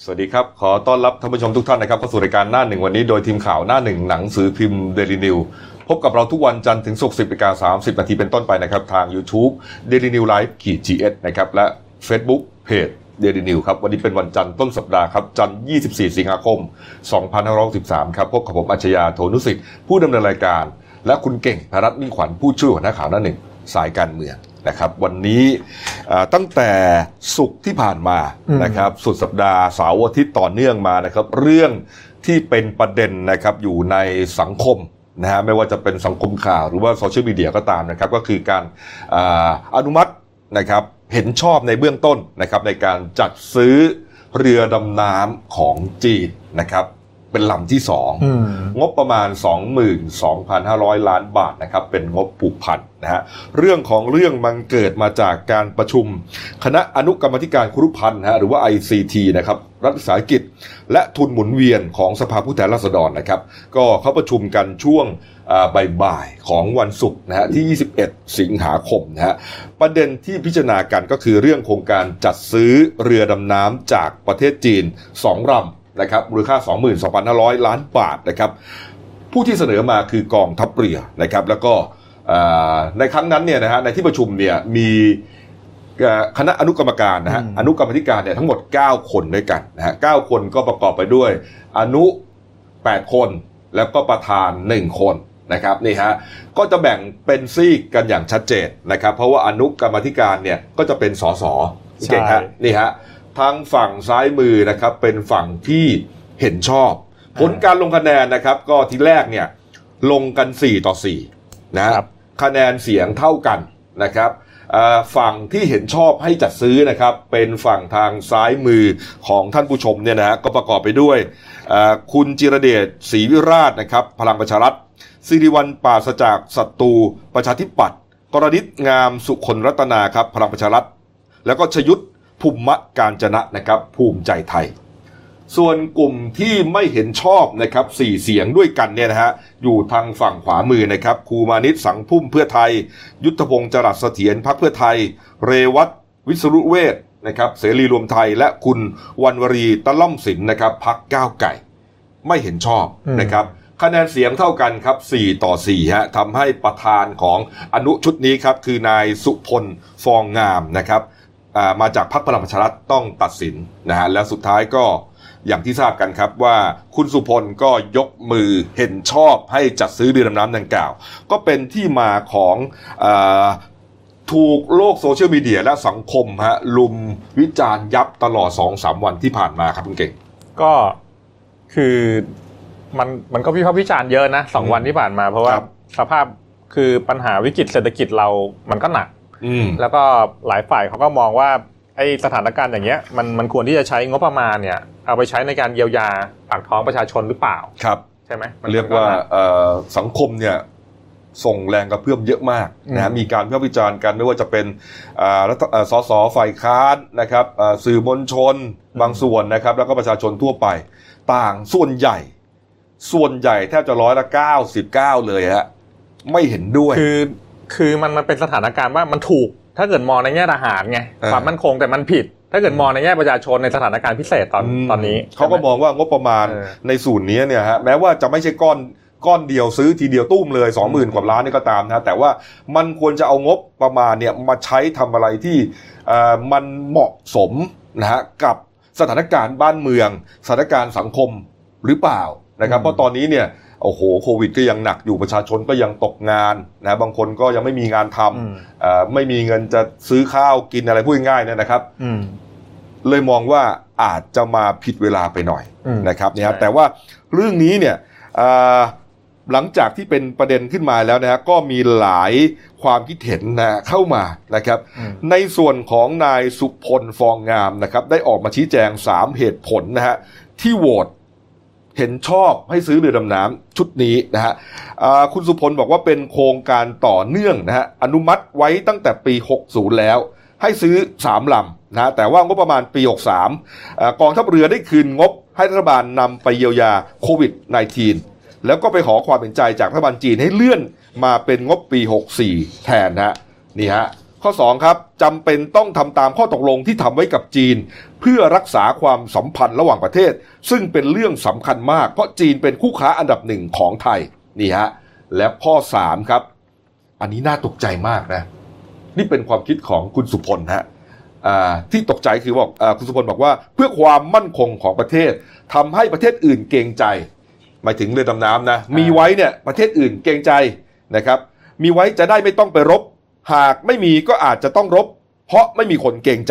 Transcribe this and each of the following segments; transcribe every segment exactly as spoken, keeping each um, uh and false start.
สวัสดีครับขอต้อนรับท่านผู้ชมทุกท่านนะครับเข้าสู่รายการหน้าหนึ่งวันนี้โดยทีมข่าวหน้าหนึ่งหนังสือพิมพ์ Daily News พบกับเราทุกวันจันทร์ถึงศุกร์ สิบนาฬิกาสามสิบนาทีเป็นต้นไปนะครับทาง YouTube Daily News Live ขีด จี เอส นะครับและ Facebook Page Daily News ครับวันนี้เป็นวันจันทร์ต้นสัปดาห์ครับจันทร์ยี่สิบสี่สิงหาคมสองพันห้าร้อยหกสิบสามครับพบกับผมอัจฉริยะโทนุสิทธิ์ผู้ดำเนินรายการและคุณเก่งพรัตน์มิ่งขวัญผู้ช่วยหัวหน้าข่าวหน้าหนึ่งสายการเมืองนะครับวันนี้ตั้งแต่ศุกร์ที่ผ่านมานะครับสุดสัปดาห์เสาร์อาทิตย์ต่อเนื่องมานะครับเรื่องที่เป็นประเด็นนะครับอยู่ในสังคมนะฮะไม่ว่าจะเป็นสังคมข่าวหรือว่าโซเชียลมีเดียก็ตามนะครับก็คือการอ่าอนุมัตินะครับเห็นชอบในเบื้องต้นนะครับในการจัดซื้อเรือดำน้ำของจีนนะครับเป็นลำที่สองงบประมาณ สองหมื่นสองพันห้าร้อย ล้านบาทนะครับเป็นงบผูกพันนะฮะเรื่องของเรื่องมันเกิดมาจากการประชุมคณะอนุกรรมาธิการครุพันธ์นะฮะหรือว่า ไอ ซี ที นะครับรัฐวิสาหกิจและทุนหมุนเวียนของสภาผู้แทนราษฎรนะครับก็เขาประชุมกันช่วงบ่ายๆของวันศุกร์นะฮะที่ยี่สิบเอ็ดสิงหาคมนะฮะประเด็นที่พิจารณากันก็คือเรื่องโครงการจัดซื้อเรือดำน้ำจากประเทศจีนสองลำนะครับมูลค่า สองหมื่นสองพันห้าร้อย ล้านบาทนะครับผู้ที่เสนอมาคือกองทัพเรือนะครับแล้วก็ในครั้งนั้นเนี่ยนะฮะในที่ประชุมเนี่ยมีคณะอนุกรรมการนะฮะอนุกรรมาธิการเนี่ยทั้งหมดเก้าคนด้วยกันนะฮะเก้าคนก็ประกอบไปด้วยอนุแปดคนแล้วก็ประธานหนึ่งคนนะครับนี่ฮะก็จะแบ่งเป็นซีกกันอย่างชัดเจนนะครับเพราะว่าอนุกรรมาธิการเนี่ยก็จะเป็นสสเก่งฮะนี่ฮะทางฝั่งซ้ายมือนะครับเป็นฝั่งที่เห็นชอบผลการลงคะแนนนะครับก็ทีแรกเนี่ยลงกันสี่ต่อสี่นะครับคะแนนเสียงเท่ากันนะครับฝั่งที่เห็นชอบให้จัดซื้อนะครับเป็นฝั่งทางซ้ายมือของท่านผู้ชมเนี่ยนะก็ประกอบไปด้วยคุณจิรเดชศรีวิราชนะครับพลังประชารัฐสิริวัลย์ปราศจากศัตรูประชาธิปัตย์กรณิตงามสุคนรัตนาครับพลังประชารัฐแล้วก็ชยุทธภูมิการจนะนะครับภูมิใจไทยส่วนกลุ่มที่ไม่เห็นชอบนะครับสี่เสียงด้วยกันเนี่ยนะฮะอยู่ทางฝั่งขวามือนะครับครูมานิตสังพุ่มเพื่อไทยยุทธพงศ์จรัสเสถียรพรรคเพื่อไทยเรวัตวิศรุเวชนะครับเสรีรวมไทยและคุณวรรณวรีตะล่อมสินนะครับพรรคก้าวไก่ไม่เห็นชอบนะครับคะแนนเสียงเท่ากันครับสี่ต่อสี่ฮะทำให้ประธานของอนุชุดนี้ครับคือนายสุพลฟองงามนะครับมาจากพรรคพลังประชารัฐต้องตัดสินนะฮะแล้วสุดท้ายก็อย่างที่ทราบกันครับว่าคุณสุพลก็ยกมือเห็นชอบให้จัดซื้อเรือดำน้ำดังกล่าวก็เป็นที่มาของอ่าถูกโลกโซเชียลมีเดียและสังคมฮะลุมวิจารณ์ยับตลอด สองถึงสาม วันที่ผ่านมาครับคุณเก่งก็คือมันมันก็วิพากษ์วิจารณ์เยอะนะสองวันที่ผ่านมาเพราะว่าสภาพคือปัญหาวิกฤตเศรษฐกิจเรามันก็หนักแล้วก็หลายฝ่ายเขาก็มองว่าไอ้สถานการณ์อย่างเงี้ยมันมันควรที่จะใช้งบประมาณเนี่ยเอาไปใช้ในการเยียวยาปากท้องประชาชนหรือเปล่าครับใช่ไหมเรียกว่าสังคมเนี่ยส่งแรงกระเพื่อมเยอะมากนะมีการวิพากษ์วิจารณ์กันไม่ว่าจะเป็นสสฝ่ายค้านนะครับสื่อมวลชนบางส่วนนะครับแล้วก็ประชาชนทั่วไปต่างส่วนใหญ่ส่วนใหญ่แทบจะร้อยละเก้าสิบเก้าเลยฮะไม่เห็นด้วยคือคือมันมันเป็นสถานการณ์ว่ามันถูกถ้าเกิดมองในแง่ทหารไงความมั่นคงแต่มันผิดถ้าเกิดมองในแง่ประชาชนในสถานการณ์พิเศษตอนตอนนี้เขาก็มองว่างบประมาณในส่วนนี้เนี่ยฮะแม้ว่าจะไม่ใช่ก้อนก้อนเดียวซื้อทีเดียวตุ้มเลย สองหมื่น กว่าล้านนี่ก็ตามนะแต่ว่ามันควรจะเอางบประมาณเนี่ยมาใช้ทำอะไรที่มันเหมาะสมนะฮะกับสถานการณ์บ้านเมืองสถานการณ์สังคมหรือเปล่านะครับเพราะตอนนี้เนี่ยโอ้โหโควิดก็ยังหนักอยู่ประชาชนก็ยังตกงานนะบางคนก็ยังไม่มีงานทำไม่มีเงินจะซื้อข้าวกินอะไรพูดง่ายๆเนี่ยนะครับเลยมองว่าอาจจะมาผิดเวลาไปหน่อยนะครับเนี่ยแต่ว่าเรื่องนี้เนี่ยหลังจากที่เป็นประเด็นขึ้นมาแล้วนะฮะก็มีหลายความคิดเห็นนะเข้ามานะครับในส่วนของนายสุพลฟองงามนะครับได้ออกมาชี้แจงสามเหตุผลนะฮะที่โหวตเห็นชอบให้ซื้อเรือดำน้ำชุดนี้นะฮะคุณสุพลบอกว่าเป็นโครงการต่อเนื่องนะฮะอนุมัติไว้ตั้งแต่ปีหกสิบแล้วให้ซื้อสามลำนะแต่ว่างบประมาณปีหกสิบสามกองทัพเรือได้คืนงบให้รัฐบาลนำไปเยียวยาโควิด สิบเก้า แล้วก็ไปขอความเห็นใจจากรัฐบาลจีนให้เลื่อนมาเป็นงบปีหกสิบสี่แทนนะนี่ฮะข้อสองครับจำเป็นต้องทำตามข้อตกลงที่ทำไว้กับจีนเพื่อรักษาความสัมพันธ์ระหว่างประเทศซึ่งเป็นเรื่องสำคัญมากเพราะจีนเป็นคู่ค้าอันดับหนึ่งของไทยนี่ฮะและข้อสามครับอันนี้น่าตกใจมากนะนี่เป็นความคิดของคุณสุพลฮะที่ตกใจคือบอกคุณสุพลบอกว่าเพื่อความมั่นคงของประเทศทำให้ประเทศอื่นเกรงใจหมายถึงเรือดำน้ำนะมีไว้เนี่ยประเทศอื่นเกรงใจนะครับมีไว้จะได้ไม่ต้องไปรบหากไม่มีก็อาจจะต้องรบเพราะไม่มีคนเกรงใจ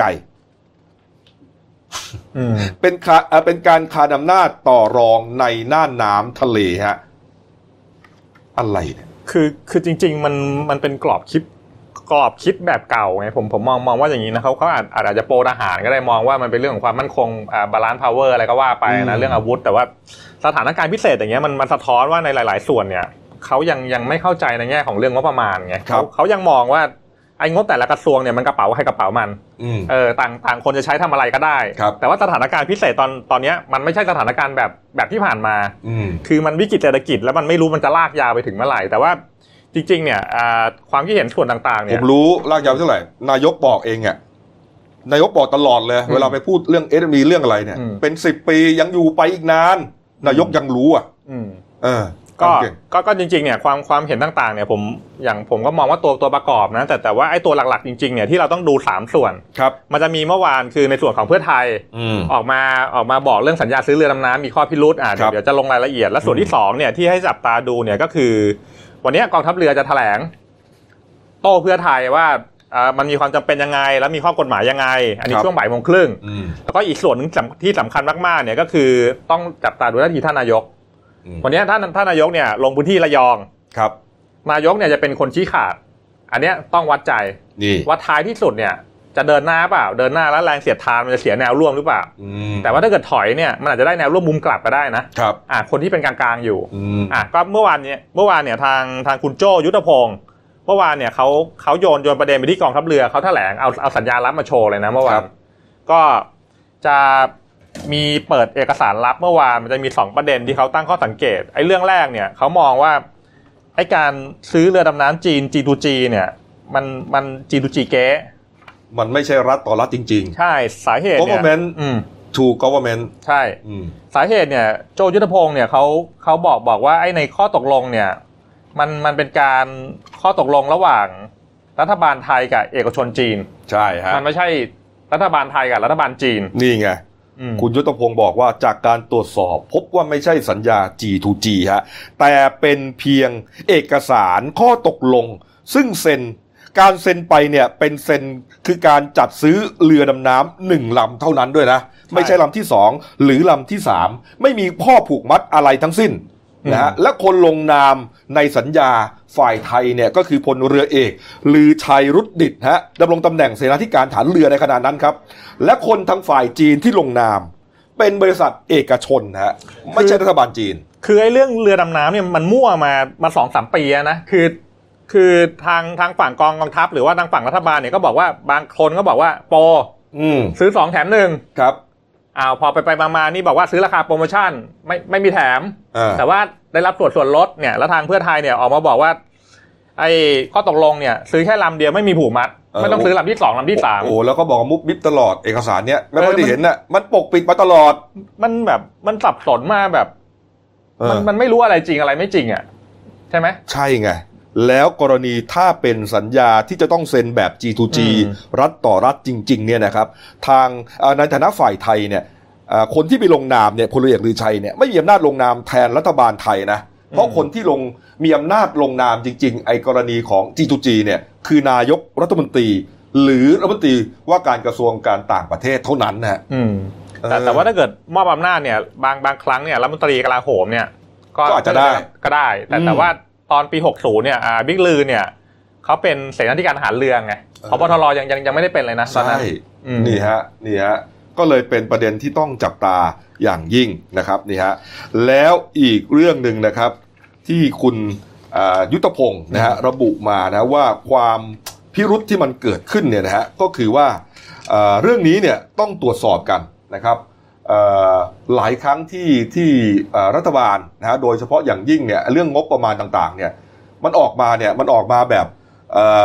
เป็นเป็นการคานอำนาจต่อรองในน่านน้ำทะเลฮะอะไรเนี่ยคือคือจริงๆมันมันเป็นกรอบคิดกรอบคิดแบบเก่าไงผมผมมองมองว่าอย่างนี้นะเขาเขาอาจอาจจะโปรทหารก็ได้มองว่ามันเป็นเรื่องของความมั่นคงอ่าบาลานซ์พาวเวอร์อะไรก็ว่าไปนะเรื่องอาวุธแต่ว่าสถานการณ์พิเศษอย่างเงี้ยมันมันสะท้อนว่าในหลายๆส่วนเนี่ยเขายังยังไม่เข้าใจในแง่ของเรื่องงบประมาณไงเขาเขายังมองว่าไอ้งบแต่ละกระทรวงเนี่ยมันกระเป๋าใครกระเป๋ามันเออต่างต่างคนจะใช้ทำอะไรก็ได้แต่ว่าสถานการณ์พิเศษตอนตอนนี้มันไม่ใช่สถานการณ์แบบแบบที่ผ่านมาคือมันวิกฤตเศรษฐกิจแล้วมันไม่รู้มันจะลากยาวไปถึงเมื่อไหร่แต่ว่าจริงๆเนี่ยความคิดเห็นส่วนต่างๆเนี่ยผมรู้ลากยาวเท่าไหร่นายกบอกเองอ่ะนายกบอกตลอดเลยเวลาไปพูดเรื่อง เอส เอ็ม อี เรื่องอะไรเนี่ยเป็นสิบปียังอยู่ไปอีกนานนายกยังรู้อ่ะเออก็ก็ก็จริงๆเนี่ยความความเห็นต่างๆเนี่ยผมอย่างผมก็มองว่าตัวตัวประกอบนะแต่แต่ว่าไอ้ตัวหลักๆจริงๆเนี่ยที่เราต้องดูสามส่วนครับมันจะมีเมื่อวานคือในส่วนของเพื่อไทยออกมาออกมาบอกเรื่องสัญญาซื้อเรือดำน้ำมีข้อพิรุธอ่ะเดี๋ยวจะลงรายละเอียดและส่วนที่สองเนี่ยที่ให้จับตาดูเนี่ยก็คือวันนี้กองทัพเรือจะแถลงโต้เพื่อไทยว่าอ่ามันมีความจำเป็นยังไงแล้วมีข้อกฎหมายยังไงอันนี้ช่วงบ่ายโมงครึ่งแล้วก็อีกส่วนนึงที่สำคัญมากๆเนี่ยก็คือต้องจับตาดูท่าทีท่านนายกวันนี้ท่านท่านนายกเนี่ยลงพื้นที่ระยองครับนายกเนี่ยจะเป็นคนชี้ขาดอันเนี้ยต้องวัดใจว่าท้ายที่สุดเนี่ยจะเดินหน้าเปล่าเดินหน้าแล้วแรงเสียดทานมันจะเสียแนวร่วมหรือเปล่าแต่ว่าถ้าเกิดถอยเนี่ยมันอาจจะได้แนวร่วมมุมกลับก็ได้นะครับอ่าคนที่เป็นกลางๆอยู่อ่าก็เมื่อวานเนี่ยเมื่อวานเนี่ยทางทางคุณโจ้ยุทธพงศ์เมื่อวานเนี่ยเขาเขาโยนโยนประเด็นไปที่กองทัพเรือเขาแถลงเอาเอาสัญญาลับมาโชว์เลยนะเมื่อวานก็จะมีเปิดเอกสารลับเมื่อวานมันจะมีสองประเด็นที่เขาตั้งข้อสังเกตไอ้เรื่องแรกเนี่ยเขามองว่าไอ้การซื้อเรือดำน้ำจีน จี ทู จี เนี่ยมันมัน จี ทู จี เก๊มันไม่ใช่รัฐต่อรัฐจริงๆใช่สาเหตุเนี่ย government to government ใช่สาเหตุเนี่ยโจยุทธพงศ์เนี่ยเขาเขาบอกบอกว่าไอ้ในข้อตกลงเนี่ยมันมันเป็นการข้อตกลงระหว่างรัฐบาลไทยกับเอกชนจีนใช่ฮะมันไม่ใช่รัฐบาลไทยกับรัฐบาลจีนนี่ไงคุณยุทธพงศ์บอกว่าจากการตรวจสอบพบว่าไม่ใช่สัญญา จี ทู จี ฮะแต่เป็นเพียงเอกสารข้อตกลงซึ่งเซ็นการเซ็นไปเนี่ยเป็นเซ็นคือการจัดซื้อเรือดำน้ำหนึ่งลำเท่านั้นด้วยนะไม่ใช่ลำที่สองหรือลำที่สามไม่มีข้อผูกมัดอะไรทั้งสิ้นนะฮะและคนลงนามในสัญญาฝ่ายไทยเนี่ยก็คือพลเรือเอกลือชัยรุดดิษฐ์ฮะดำรงตำแหน่งเสนาธิการฐานเรือในขณะนั้นครับและคนทางฝ่ายจีนที่ลงนามเป็นบริษัทเอกชนฮะไม่ใช่รัฐบาลจีนคือไอ้เรื่องเรือดำน้ำเนี่ยมันมั่วมามาสองสามปีนะคือคือทางทางฝั่งกองกองทัพหรือว่าทางฝั่งรัฐบาลเนี่ยก็บอกว่าบางคนก็บอกว่าโปรซื้อสองแถมหนึ่งครับอ้าวพอไปไปมาๆนี่บอกว่าซื้อราคาโปรโมชั่นไม่ไม่มีแถมแต่ว่าได้รับส่วนส่วนลดเนี่ยแล้วทางเพื่อไทยเนี่ยออกมาบอกว่าไอ้ข้อตกลงเนี่ยซื้อแค่ลำเดียวไม่มีผูกมัดไม่ต้องซื้อลำที่สองลำที่สามโอ้แล้วก็บอกมุบมิบตลอดเอกสารเนี้ยไม่ค่อยได้เห็นน่ะมันปกปิดมาตลอดมันแบบมันสับสนมาแบบมันมันไม่รู้อะไรจริงอะไรไม่จริงอ่ะใช่ไหมใช่ไงแล้วกรณีถ้าเป็นสัญญาที่จะต้องเซ็นแบบ จี ทู จี รัฐต่อรัฐจริงๆเนี่ยนะครับทางในฐานะฝ่ายไทยเนี่ยคนที่ไปลงนามเนี่ยพลเรือเอกลือชัยเนี่ยไม่มีอำนาจลงนามแทนรัฐบาลไทยนะเพราะคนที่ลงมีอำนาจลงนามจริงๆไอ้กรณีของ จี ทู จี เนี่ยคือนายกรัฐมนตรีหรือรัฐมนตรีว่าการกระทรวงการต่างประเทศเท่านั้นนะแต่แต่ว่าถ้าเกิดมอบอำนาจเนี่ยบางบางครั้งเนี่ยรัฐมนตรีกลาโหมเนี่ยก็อาจจะได้ก็ได้แต่แต่ว่าตอนปีหกสิบเนี่ยบิ๊กลือเนี่ยเขาเป็นเสนาธิการทหารเรือไงผบ.ทร.ยังยังยังไม่ได้เป็นเลยนะใช่นี่ฮะนี่ฮะก็เลยเป็นประเด็นที่ต้องจับตาอย่างยิ่งนะครับนี่ฮะแล้วอีกเรื่องนึงนะครับที่คุณยุทธพงศ์นะฮะระบุมานะว่าความพิรุธที่มันเกิดขึ้นเนี่ยนะฮะก็คือว่าเรื่องนี้เนี่ยต้องตรวจสอบกันนะครับหลายครั้งที่ที่รัฐบาลนะฮะโดยเฉพาะอย่างยิ่งเนี่ยเรื่องงบประมาณต่างๆเนี่ยมันออกมาเนี่ยมันออกมาแบบ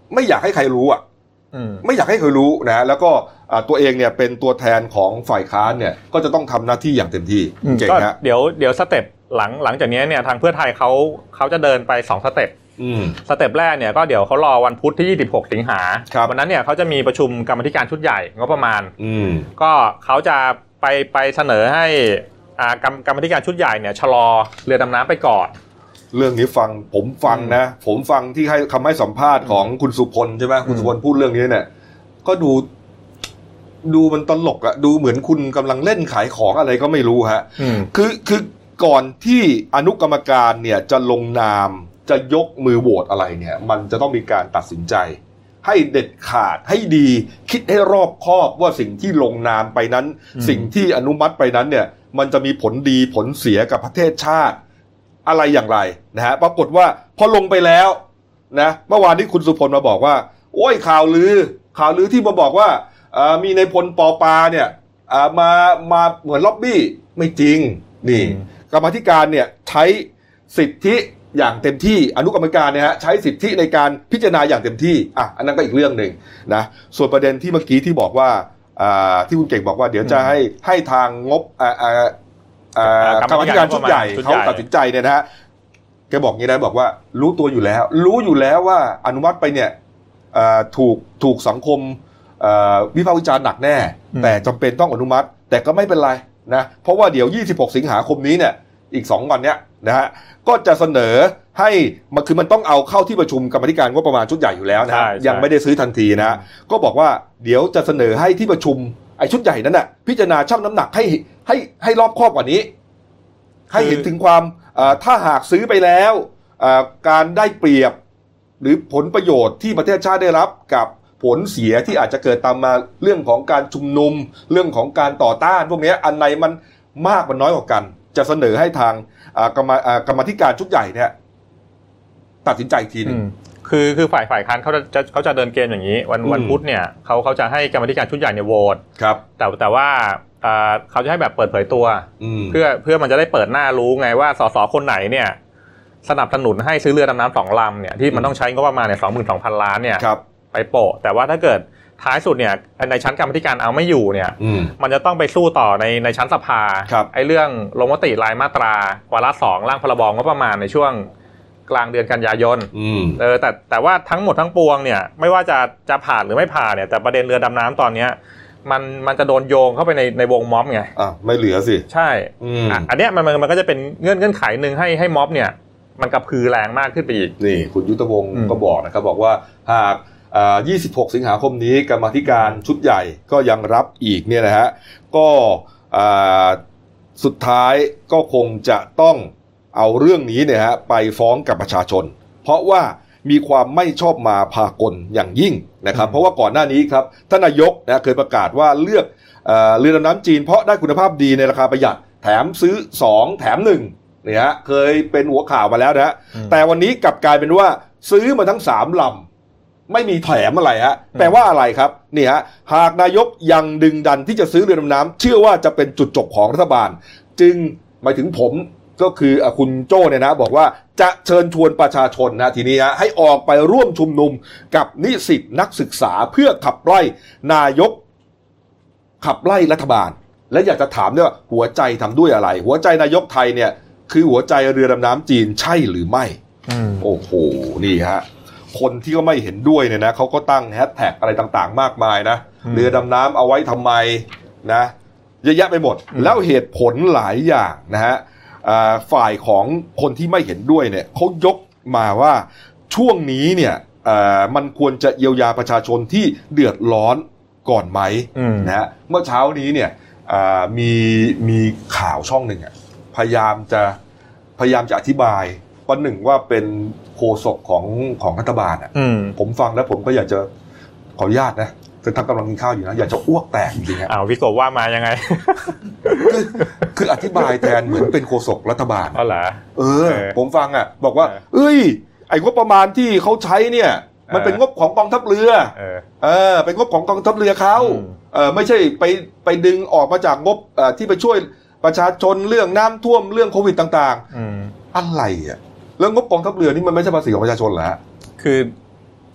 ไม่อยากให้ใครรู้อ่ะไม่อยากให้ใครรู้นะแล้วก็ตัวเองเนี่ยเป็นตัวแทนของฝ่ายค้านเนี่ยก็จะต้องทำหน้าที่อย่างเต็มที่เก่งฮะเดี๋ยวเดี๋ยวสเต็ปหลังหลังจากนี้เนี่ยทางเพื่อไทยเขาเขาจะเดินไปสองสเต็ปสเต็ปแรกเนี่ยก็เดี๋ยวเขารอวันพุธที่ยี่สิบหกสิงหาวันนั้นเนี่ยเขาจะมีประชุมกรรมธิการชุดใหญ่งบประมาณก็เขาจะไปไปเสนอให้กรรมกรรมธิการชุดใหญ่เนี่ยชะลอเรือดำน้ำไปก่อนเรื่องนี้ฟังผมฟังนะผมฟังที่ให้คำให้สัมภาษณ์ของคุณสุพลใช่ไหมคุณสุพลพูดเรื่องนี้เนี่ยก็ดูดูมันตลกอะดูเหมือนคุณกำลังเล่นขายของอะไรก็ไม่รู้ฮะคือคือก่อนที่อนุกรรมการเนี่ยจะลงนามจะยกมือโหวตอะไรเนี่ยมันจะต้องมีการตัดสินใจให้เด็ดขาดให้ดีคิดให้รอบคอบว่าสิ่งที่ลงนามไปนั้นสิ่งที่อนุมัติไปนั้นเนี่ยมันจะมีผลดีผลเสียกับประเทศชาติอะไรอย่างไรนะฮะปรากฏว่าพอลงไปแล้วนะเมื่อวานที่คุณสุพลมาบอกว่าโอ้ยข่าวลือข่าวลือที่มาบอกว่ามีในพลปปาเนี่ยมามาเหมือนล็อบบี้ไม่จริงนี่กรรมาธิการเนี่ยใช้สิทธิอย่างเต็มที่อนุกรรมการเนี่ยฮะใช้สิทธิในการพิจารณาอย่างเต็มที่อ่ะอันนั้นก็อีกเรื่องหนึ่งนะส่วนประเด็นที่เมื่อกี้ที่บอกว่าที่คุณเก่งบอกว่าเดี๋ยวจะให้ให้ทางงบกรรมธิการชุดใหญ่เขาตัดสินใจเนี่ยนะฮะแกบอกงี้นะบอกว่ารู้ตัวอยู่แล้วรู้อยู่แล้วว่าอนุมัติไปเนี่ยถูกถูกสังคมวิพากษ์วิจารณ์หนักแน่แต่จำเป็นต้องอนุมัติแต่ก็ไม่เป็นไรนะเพราะว่าเดี๋ยวยี่สิบหกสิงหาคมนี้เนี่ยอีกสองวันเนี้ยนะฮะก็จะเสนอให้มันคือมันต้องเอาเข้าที่ประชุมกรรมธิการงบประมาณชุดใหญ่อยู่แล้วนะยังไม่ได้ซื้อทันทีนะก็บอกว่าเดี๋ยวจะเสนอให้ที่ประชุมไอ้ชุดใหญ่นั้นน่ะพิจารณาชั่งน้ำหนักให้ให้ให้รอบคอบกว่านี้ให้เห็นถึงความถ้าหากซื้อไปแล้วการได้เปรียบหรือผลประโยชน์ที่ประเทศชาติได้รับกับผลเสียที่อาจจะเกิดตามมาเรื่องของการชุมนุมเรื่องของการต่อต้านพวกนี้อันไหนมันมากมันน้อยกว่ากันจะเสนอให้ทางกรรมกรรมธิการชุดใหญ่เนี่ยตัดสินใจทีนึงคือคือฝ่ายฝ่ายค้านเขาจะเขาจะเดินเกมอย่างนี้วันวันพุธเนี่ยเขาเขาจะให้กรรมธิการชุดใหญ่เนี่ยโหวตครับแต่แต่ว่าเขาจะให้แบบเปิดเผยตัวเพื่อเพื่อมันจะได้เปิดหน้ารู้ไงว่าสสคนไหนเนี่ยสนับสนุนให้ซื้อเรือดำน้ำสองลำเนี่ยที่มันต้องใช้งบประมาณเนี่ยสองหมื่นสองพันล้านเนี่ยไปโปะแต่ว่าถ้าเกิดท้ายสุดเนี่ยในชั้นกรรมธิการเอาไม่อยู่เนี่ยมันจะต้องไปสู้ต่อในในชั้นสภาไอ้เรื่องลงมติรายมาตราวาระสองร่างพรบงบประมาณในช่วงกลางเดือนกันยายนเออแต่แต่ว่าทั้งหมดทั้งปวงเนี่ยไม่ว่าจะจะผ่านหรือไม่ผ่านเนี่ยแต่ประเด็นเรือดำน้ำตอนนี้มันมันจะโดนโยงเข้าไปในในวงม็อบไงอ่ะไม่เหลือสิใช่อ่ะอันเนี้ยมันมันก็จะเป็นเงื่อนเงื่อนไขนึงให้ให้ม็อบเนี่ยมันกระพือแรงมากขึ้นไปอีกนี่คุณยุทธพงศ์ก็บอกนะครับบอกว่าหากยี่สิบหกสิงหาคมนี้กรรมาธิการชุดใหญ่ก็ยังรับอีกเนี่ยนะฮะก็สุดท้ายก็คงจะต้องเอาเรื่องนี้เนี่ยฮะไปฟ้องกับประชาชนเพราะว่ามีความไม่ชอบมาพากลอย่างยิ่งนะครับเพราะว่าก่อนหน้านี้ครับท่านนายกนะเคยประกาศว่าเลือกเรือดำน้ำจีนเพราะได้คุณภาพดีในราคาประหยัดแถมซื้อสองแถมหนึ่งเนี่ยฮะเคยเป็นหัวข่าวมาแล้วนะฮะแต่วันนี้กลับกลายเป็นว่าซื้อมาทั้งสามลำไม่มีแถมอะไรฮะแปลว่าอะไรครับนี่ฮะหากนายกยังดึงดันที่จะซื้อเรือดำน้ำเชื่อว่าจะเป็นจุดจบของรัฐบาลจึงหมายถึงผมก็คือคุณโจ้เนี่ยนะบอกว่าจะเชิญชวนประชาชนนะทีนี้ฮะให้ออกไปร่วมชุมนุมกับนิสิตนักศึกษาเพื่อขับไล่นายกขับไล่รัฐบาลและอยากจะถามด้วยว่าหัวใจทำด้วยอะไรหัวใจนายกไทยเนี่ยคือหัวใจเรือดำน้ำจีนใช่หรือไม่โอ้โหนี่ฮะคนที่ก็ไม่เห็นด้วยเนี่ยนะเขาก็ตั้งแฮชแท็กอะไรต่างๆมากมายนะเรือดำน้ำเอาไว้ทำไมนะเยอะแยะไปหมดแล้วเหตุผลหลายอย่างนะฮะฝ่ายของคนที่ไม่เห็นด้วยเนี่ยเขายกมาว่าช่วงนี้เนี่ยมันควรจะเยียวยาประชาชนที่เดือดร้อนก่อนไหมนะฮะเมื่อเช้านี้เนี่ยมีมีข่าวช่องหนึ่งพยายามจะพยายามจะอธิบายว่าหนึ่งว่าเป็นโฆษกของของรัฐบาลอ่ะผมฟังแล้วผมก็อยากจะขออนุญาตนะจะทำกำลังกินข้าวอยู่นะอยากจะอ้วกแตกจริงๆอ้าวพี่กบว่ามายังไงคือคืออธิบายแทนเหมือนเป็นโฆษกรัฐบาลอ๋อเหรอเออผมฟังอ่ะบอกว่าเอ้ยไอ้งบประมาณที่เขาใช้เนี่ยมันเป็นงบของกองทัพเรือเออเออเป็นงบของกองทัพเรือเขาเออไม่ใช่ไปไปดึงออกมาจากงบเอ่อที่ไปช่วยประชาชนเรื่องน้ำท่วมเรื่องโควิดต่างๆอะไรอ่ะแล้วงบกองทัพเรือนี่มันไม่ใช่ภาษีของประชาชนเหรอฮะคือ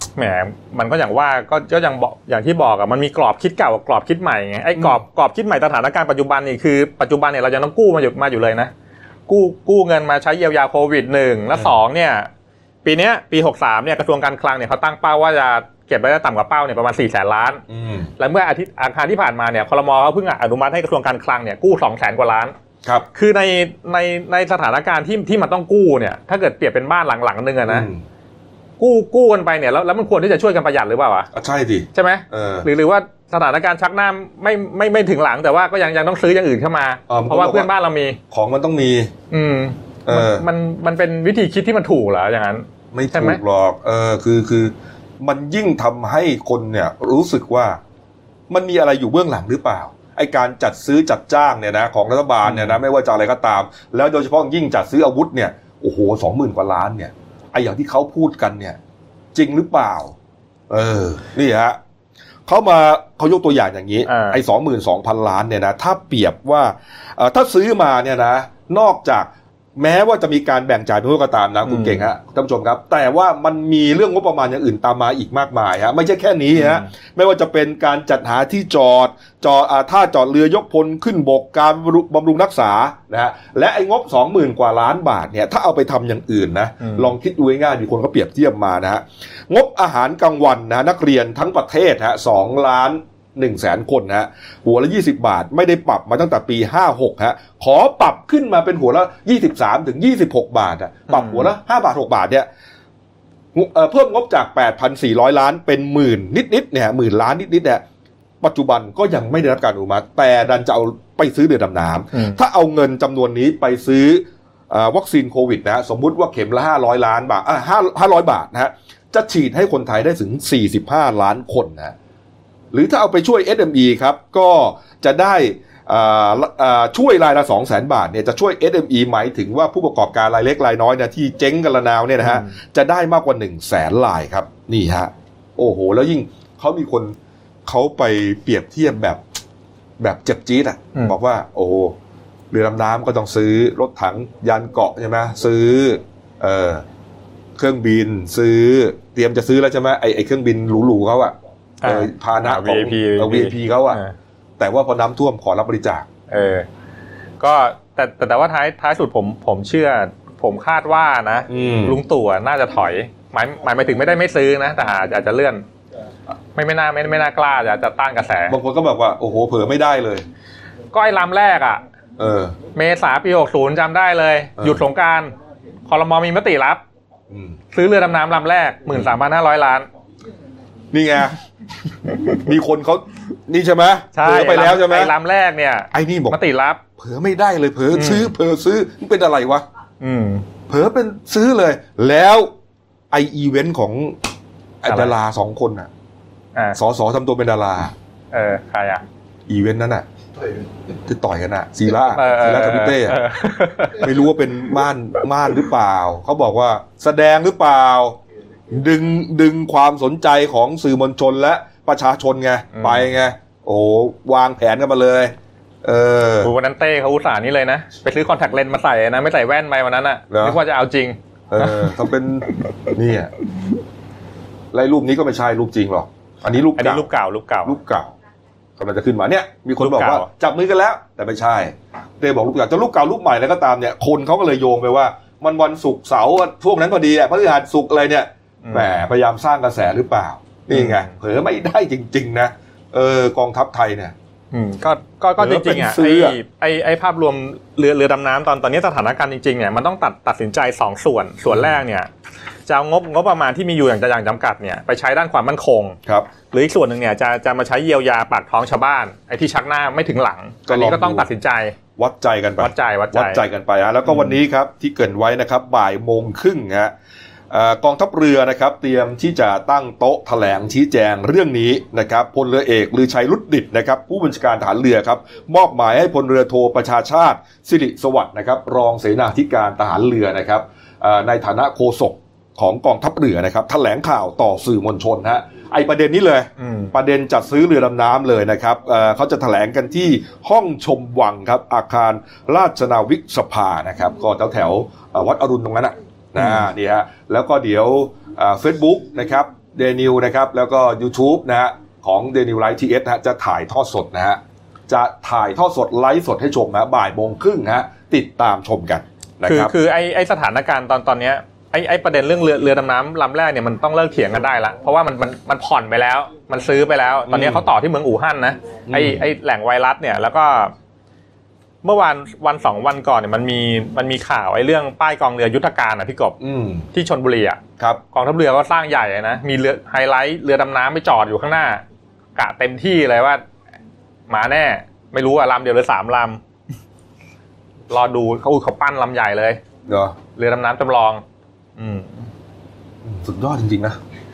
แหมมันก็อย่างว่าก็ก็อย่างบอกอย่างที่บอกอ่ะมันมีกรอบคิดเก่ากับกรอบคิดใหม่ไงไอ้กรอบกรอบคิดใหม่สถานการณ์ปัจจุบันนี่คือปัจจุบันเนี่ยเรายังต้องกู้มาอยู่มาอยู่เลยนะกู้กู้เงินมาใช้เยียวยาโควิดหนึ่งและสองเนี่ยปีนี้ปีหกสิบสามเนี่ยกระทรวงการคลังเนี่ยเขาตั้งเป้าว่าจะเก็บไว้ได้ต่ำกว่าเป้าเนี่ยประมาณสี่แสนล้านและเมื่ออาทิตย์อังคารที่ผ่านมาเนี่ยครม.เขาเพิ่งอนุมัติให้กระทรวงการคลังเนี่ยกู้สองแสนกว่าล้านครับคือในในในสถานการณ์ที่ที่มันต้องกู้เนี่ยถ้าเกิดเปรียบเป็นบ้านหลังๆนึงอะนะกู้กู้กันไปเนี่ยแล้วแล้วมันควรที่จะช่วยกันประหยัดหรือเปล่าวะใช่ดิใช่ไหมหรือหรือว่าสถานการณ์ชักหน้าไม่ไม่ไม่ถึงหลังแต่ว่าก็ยังยังต้องซื้ออย่างอื่นเข้ามาเพราะว่าเพื่อนบ้านเรามีของมันต้องมีอืมเออมันมันเป็นวิธีคิดที่มันถูกเหรออย่างนั้นไม่ถูกหรอกเออคือคือมันยิ่งทำให้คนเนี่ยรู้สึกว่ามันมีอะไรอยู่เบื้องหลังหรือเปล่าไอ้การจัดซื้อจัดจ้างเนี่ยนะของรัฐบาลเนี่ยนะไม่ว่าจะอะไรก็ตามแล้วโดยเฉพาะยิ่งจัดซื้ออาวุธเนี่ยโอ้โหสองหมื่นกว่าล้านเนี่ยไอ้อย่างที่เขาพูดกันเนี่ยจริงหรือเปล่าเออนี่ฮะเขามาเขายกตัวอย่างอย่างนี้ไอ้สองหมื่นสองพันล้านเนี่ยนะถ้าเปรียบว่าถ้าซื้อมาเนี่ยนะนอกจากแม้ว่าจะมีการแบ่งจ่ายเป็นก็ตามนะคุณเก่งฮะท่านผู้ชมครับแต่ว่ามันมีเรื่องงบประมาณอย่างอื่นตามมาอีกมากมายฮะไม่ใช่แค่นี้ฮะไม่ว่าจะเป็นการจัดหาที่จอดจอดท่าจอดเรือยกพลขึ้นบกการบำรุงรักษานะฮะและไอ้งบ สองหมื่น กว่าล้านบาทเนี่ยถ้าเอาไปทำอย่างอื่นนะลองคิดดูง่ายๆมีคนก็เปรียบเทียบมานะฮะงบอาหารกลางวันนะนักเรียนทั้งประเทศฮะสองล้านหนึ่งแสนคนฮะหัวละยี่สิบบาทไม่ได้ปรับมาตั้งแต่ปีห้าหกฮะขอปรับขึ้นมาเป็นหัวละยี่สิบสามถึงยี่สิบหกบาทอ่ะปรับหัวละห้าบาทหกบาทเนี่ยเอ่อเพิ่มงบจาก แปดพันสี่ร้อย ล้านเป็นหมื่นนิดๆเนี่ยหมื่นล้านนิดๆเนี่ยปัจจุบันก็ยังไม่ได้รับการอนุมัติแต่ดันจะเอาไปซื้อเรือดำน้ำถ้าเอาเงินจำนวนนี้ไปซื้อวัคซีนโควิดนะสมมุติว่าเข็มละห้าร้อยล้านบาทอ่ะห้าร้อยบาทนะฮะจะฉีดให้คนไทยได้ถึงสี่สิบห้าล้านคนนะหรือถ้าเอาไปช่วย เอส เอ็ม อี ครับก็จะได้ช่วยรายละ สองแสน บาทเนี่ยจะช่วย เอส เอ็ม อี หมายถึงว่าผู้ประกอบการรายเล็กรายน้อยนะที่เจ๊งกันละนาวเนี่ยนะฮะจะได้มากกว่า หนึ่งแสน รายครับนี่ฮะโอ้โหแล้วยิ่งเขามีคนเขาไปเปรียบเทียบแบบแบบเจ็บจี๊ดอ่ะบอกว่าโอ้เรือดำน้ำก็ต้องซื้อรถถังยานเกาะใช่ไหมซื้อเอ่อเครื่องบินซื้อเตรียมจะซื้อแล้วใช่ไหมไอไอเครื่องบินหรูๆเขาอ่ะพาหนะของ วี ไอ พี เขาอะแต่ว่าพอน้ำท่วมขอรับบริจาคเออก็แต่แต่แต่ว่าท้ายท้ายสุดผมผมเชื่อผมคาดว่านะลุงตู่น่าจะถอยหมายหมายหมายถึงไม่ได้ไม่ซื้อนะแต่อาจจะเลื่อนไม่ไม่น่าไม่ไม่น่ากล้าจะจะต้านกระแสบางคนก็บอกว่าโอ้โหเผลอไม่ได้เลยก็ไอ้ลำแรกอ่ะเออเมษาปีหกสิบจำได้เลยหยุดสงกรานต์ครม.มีมติรับซื้อเรือดำน้ำลำแรก หนึ่งหมื่นสามพันห้าร้อย ล้านนี่ไงมีคนเขานี่ใช่ไหมเผลอไปแล้วใช่ไหมไอ้ลำแรกเนี่ยไอ้นี่บอกมติรับเผลอไม่ได้เลยเผลอซื้อเผลอซื้อมันเป็นอะไรวะเผลอเป็นซื้อเลยแล้วไออีเวนต์ของดาราสองคนอ่ะสอสอทำตัวเป็นดาราเออใครอ่ะอีเวนต์นั้นอ่ะที่ต่อยกันอ่ะซีร่าซีร่ากับพี่เต้ไม่รู้ว่าเป็นม่านม่านหรือเปล่าเขาบอกว่าแสดงหรือเปล่าดึงดึงความสนใจของสื่อมวลชนและประชาชนไงไปไงโอ้วางแผนกันมาเลยเออวันนั้นเต้เขาอุตส่าห์นี่เลยนะไปซื้อคอนแทคเลนส์มาใส่นะไม่ใส่แว่นไปวันนั้นอ่ะนึกว่าจะเอาจริงเออทำเป็นนี่อ่ะไล่รูปนี้ก็ไม่ใช่รูปจริงหรอกอันนี้รูปอันนี้รูปเก่ารูปเก่ารูปเก่ากำลังจะขึ้นมาเนี่ยมีคนบอกว่าจับมือกันแล้วแต่ไม่ใช่เต้บอกรูปเก่าจะรูปเก่ารูปใหม่แล้วก็ตามเนี่ยคนเขาก็เลยโยงไปว่ามันวันศุกร์เสาร์ช่วงนั้นพอดีอ่ะพฤหัสศุกร์อะไรเนี่ยแหมพยายามสร้างกระแสหรือเปล่านี่ไงเผลอไม่ได้จริงๆนะเออกองทัพไทยเนี่ยก็ก็ก็จริงๆอ่ะไอ้ไอ้ไอ้ภาพรวมเรือเรือดำน้ำตอนตอนนี้สถานการณ์จริงๆเนี่ยมันต้องตัดตัดสินใจสองส่วนส่วนแรกเนี่ยจะเอางบงบประมาณที่มีอยู่อย่างอย่างจำกัดเนี่ยไปใช้ด้านความมั่นคงครับหรืออีกส่วนหนึ่งเนี่ยจะจะมาใช้เยียวยาปากท้องชาวบ้านไอ้ที่ชักหน้าไม่ถึงหลังอันนี้ก็ต้องตัดสินใจวัดใจกันไปวัดใจวัดใจวัดใจกันไปฮะแล้วก็วันนี้ครับที่เกริ่นไว้นะครับบ่ายโมงครึ่งฮะกองทัพเรือนะครับเตรียมที่จะตั้งโต๊ะแถลงชี้แจงเรื่องนี้นะครับพลเรือเอกลือชัยรุดดิษฐ์นะครับผู้บัญชาการทหารเรือครับมอบหมายให้พลเรือโทประชาชาติสิริสวัสดิ์นะครับรองเสนาธิการทหารเรือนะครับในฐานะโฆษกของกองทัพเรือนะครับแถลงข่าวต่อสื่อมวลชนฮะไอประเด็นนี้เลยประเด็นจัดซื้อเรือดำน้ำเลยนะครับ เ, เขาจะแถลงกันที่ห้องชมวังครับอาคารราชนาวิกสภานะครับก็แถวแถววัดอรุณตรงนั้นนะนะนี่ฮะแล้วก็เดี๋ยวเฟซบุ๊กนะครับ Dayniw นะครับแล้วก็ YouTube นะฮะของ Dayniw Live ที เอส นะฮะจะถ่ายทอดสดนะฮะจะถ่ายทอดสดไลฟ์สดให้ชมนะบ่ายโมงครึ่งฮะติดตามชมกันนะครับคือคือไอ้ไอ้สถานการณ์ตอนตอนเนี้ยไอ้ไอ้ประเด็นเรื่องเรือเรือดำน้ำลำแรกเนี่ยมันต้องเลิกเถียงกันได้ละเพราะว่ามันมันมันผ่อนไปแล้วมันซื้อไปแล้วตอนนี้เขาต่อที่เมืองอู่ฮั่นนะไอ้ไอ้แหล่งไวรัสเนี่ยแล้วก็เมื่อวันวันสองวันก่อนเนี่ยมันมีมันมีข่าวไอ้เรื่องป้ายกองเรือยุทธการอ่ะพี่กบที่ชลบุรีอ่ะครับกองทัพเรือก็สร้างใหญ่นะมีเรือไฮไลท์เรือดำน้ำไปจอดอยู่ข้างหน้ากะเต็มที่เลยว่ามาแน่ไม่รู้อ่ะลำเดียวหรือสามลำรอดูเขาเขาปั้นลำใหญ่เลยเหรอเรือดำน้ำจำลองอืมสุดยอดจริงๆนะ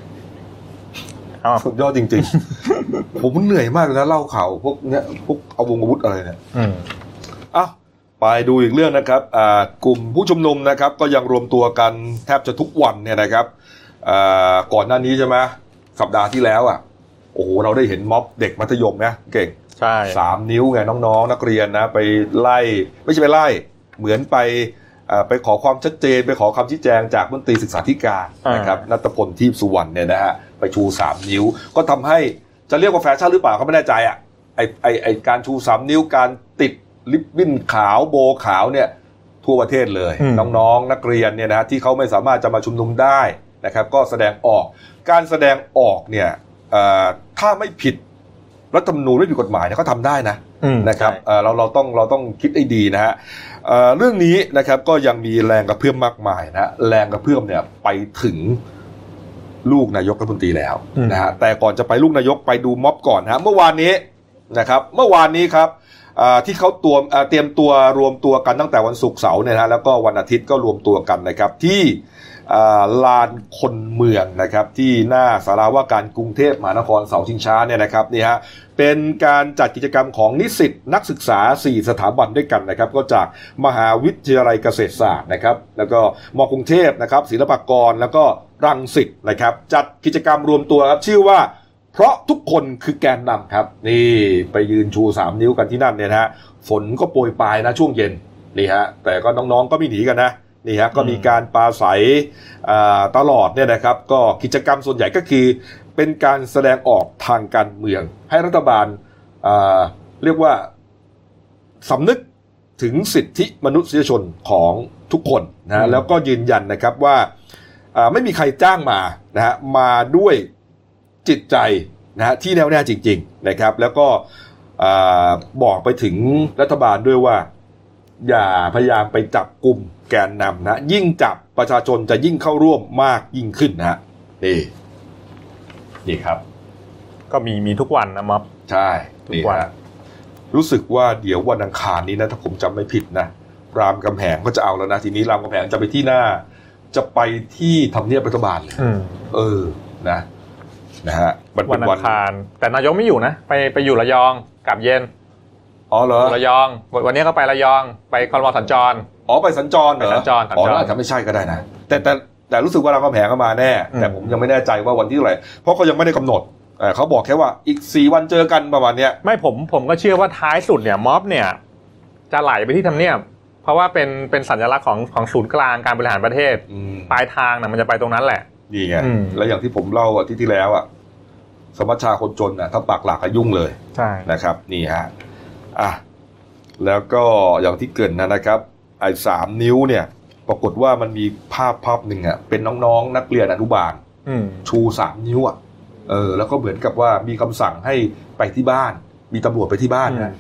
สุดยอดจริงๆ ผมเหนื่อยมากเลยนะเล่าข่าวพวกเนี้ยพวกเอาวงอาวุธอะไรเนี่ยอ้าวไปดูอีกเรื่องนะครับอ่ากลุ่มผู้ชุมนุมนะครับก็ยังรวมตัวกันแทบจะทุกวันเนี่ยนะครับอ่าก่อนหน้านี้ใช่ไหมสัปดาห์ที่แล้วอ่ะโอ้โหเราได้เห็นม็อบเด็กมัธยมนะเก่งใช่สามนิ้วไงน้องๆนักเรียนนะไปไล่ไม่ใช่ไปไล่เหมือนไปไปขอความชัดเจนไปขอคำชี้แจงจากมนตรีศึกษาธิการนะครับณัฐพลทีพสุวรรณเนี่ยนะฮะไปชูสามนิ้วก็ทำให้จะเรียกว่าแฟชั่นหรือเปล่าก็ไม่แน่ใจอ่ะไอไอไอการชูสามนิ้วการติดริบบิ้นขาวโบขาวเนี่ยทั่วประเทศเลยน้องๆนักเรียนเนี่ยนะที่เขาไม่สามารถจะมาชุมนุมได้นะครับก็แสดงออกการแสดงออกเนี่ยถ้าไม่ผิดรัฐธรรมนูญไม่ผิดกฎหมายเนี่ยเขาทำได้นะนะครับเราเราต้องเราต้องคิดให้ดีนะฮะเรื่องนี้นะครับก็ยังมีแรงกระเพื่อมมากมายนะแรงกระเพื่อมเนี่ยไปถึงลูกนายกรัฐมนตรีแล้วนะฮะแต่ก่อนจะไปลูกนายกไปดูม็อบก่อนนะเมื่อวานนี้นะครับเมื่อวานนี้ครับที่เขาตัวเตรียมตัวรวมตัวกันตั้งแต่วันศุกร์เสาร์เนี่ยนะแล้วก็วันอาทิตย์ก็รวมตัวกันนะครับที่ลานคนเมืองนะครับที่หน้าศาลาว่าการกรุงเทพมหานครเสาชิงช้าเนี่ยนะครับนี่ฮะเป็นการจัดกิจกรรมของนิสิตนักศึกษาสี่สถาบันด้วยกันนะครับก็จากมหาวิทยาลัยเกษตรศาสตร์นะครับแล้วก็ม.กรุงเทพนะครับศิลปากรแล้วก็รังสิตนะครับจัดกิจกรรมรวมตัวครับชื่อว่าเพราะทุกคนคือแกนนำครับนี่ไปยืนชูสามนิ้วกันที่นั่นเนี่ยนะฮะฝนก็โปรยปลายนะช่วงเย็นนี่ฮะแต่ก็น้องๆก็ไม่หนีกันนะนี่ฮะก็มีการปราศัยตลอดเนี่ยนะครับก็กิจกรรมส่วนใหญ่ก็คือเป็นการแสดงออกทางการเมืองให้รัฐบาลเรียกว่าสำนึกถึงสิทธิมนุษยชนของทุกคนนะแล้วก็ยืนยันนะครับว่าไม่มีใครจ้างมานะฮะมาด้วยจิตใจนะฮะที่แน่วแน่จริงๆนะครับแล้วก็บอกไปถึงรัฐบาลด้วยว่าอย่าพยายามไปจับกลุ่มแกนนำนะยิ่งจับประชาชนจะยิ่งเข้าร่วมมากยิ่งขึ้นนะฮะนี่นี่ครับก็มีมีทุกวันนะม็อบใช่นี่ฮะรู้สึกว่าเดี๋ยววันอังคารนี้นะถ้าผมจำไม่ผิดนะรามคำแหงก็จะเอาแล้วนะทีนี้รามคำแหงจะไปที่หน้าจะไปที่ทำเนียบรัฐบาลเลยเออนะนะฮะวันอังคารแต่นายกไม่อยู่นะไปไปอยู่ระยองกลับเย็นอ๋อเหรอระยองวันนี้ก็ไประยองไปครม.สัญจรอ๋อไปสัญจรเหรอสัญจรอ๋ออาจจะไม่ใช่ก็ได้นะแต่แต่แต่รู้สึกว่ารามคำแหงก็มาแน่แต่ผมยังไม่แน่ใจว่าวันที่เท่าไหร่เพราะเขายังไม่ได้กำหนดเขาบอกแค่ว่าอีกสี่วันเจอกันประมาณเนี้ยไม่ผมผมก็เชื่อว่าท้ายสุดเนี่ยม็อบเนี่ยจะไหลไปที่ทำเนียบเพราะว่าเป็นเป็นสัญลักษณ์ของของศูนย์กลางการบริหารประเทศปลายทางน่ะมันจะไปตรงนั้นแหละนี่ไงแล้วอย่างที่ผมเล่าอาทิตย์ที่แล้วอ่ะสมัชชาคนจนน่ะถ้าปากหลักก็ยุ่งเลยใช่นะครับนี่ฮะอ่ะแล้วก็อย่างที่เกริ่นนะนะครับไอ้สามนิ้วเนี่ยปรากฏว่ามันมีภาพภาพหนึ่งอ่ะเป็นน้องๆนักเรียนอนุบาลชูสามนิ้วอ่ะเออแล้วก็เหมือนกับว่ามีคำสั่งให้ไปที่บ้านมีตำรวจไปที่บ้านนะ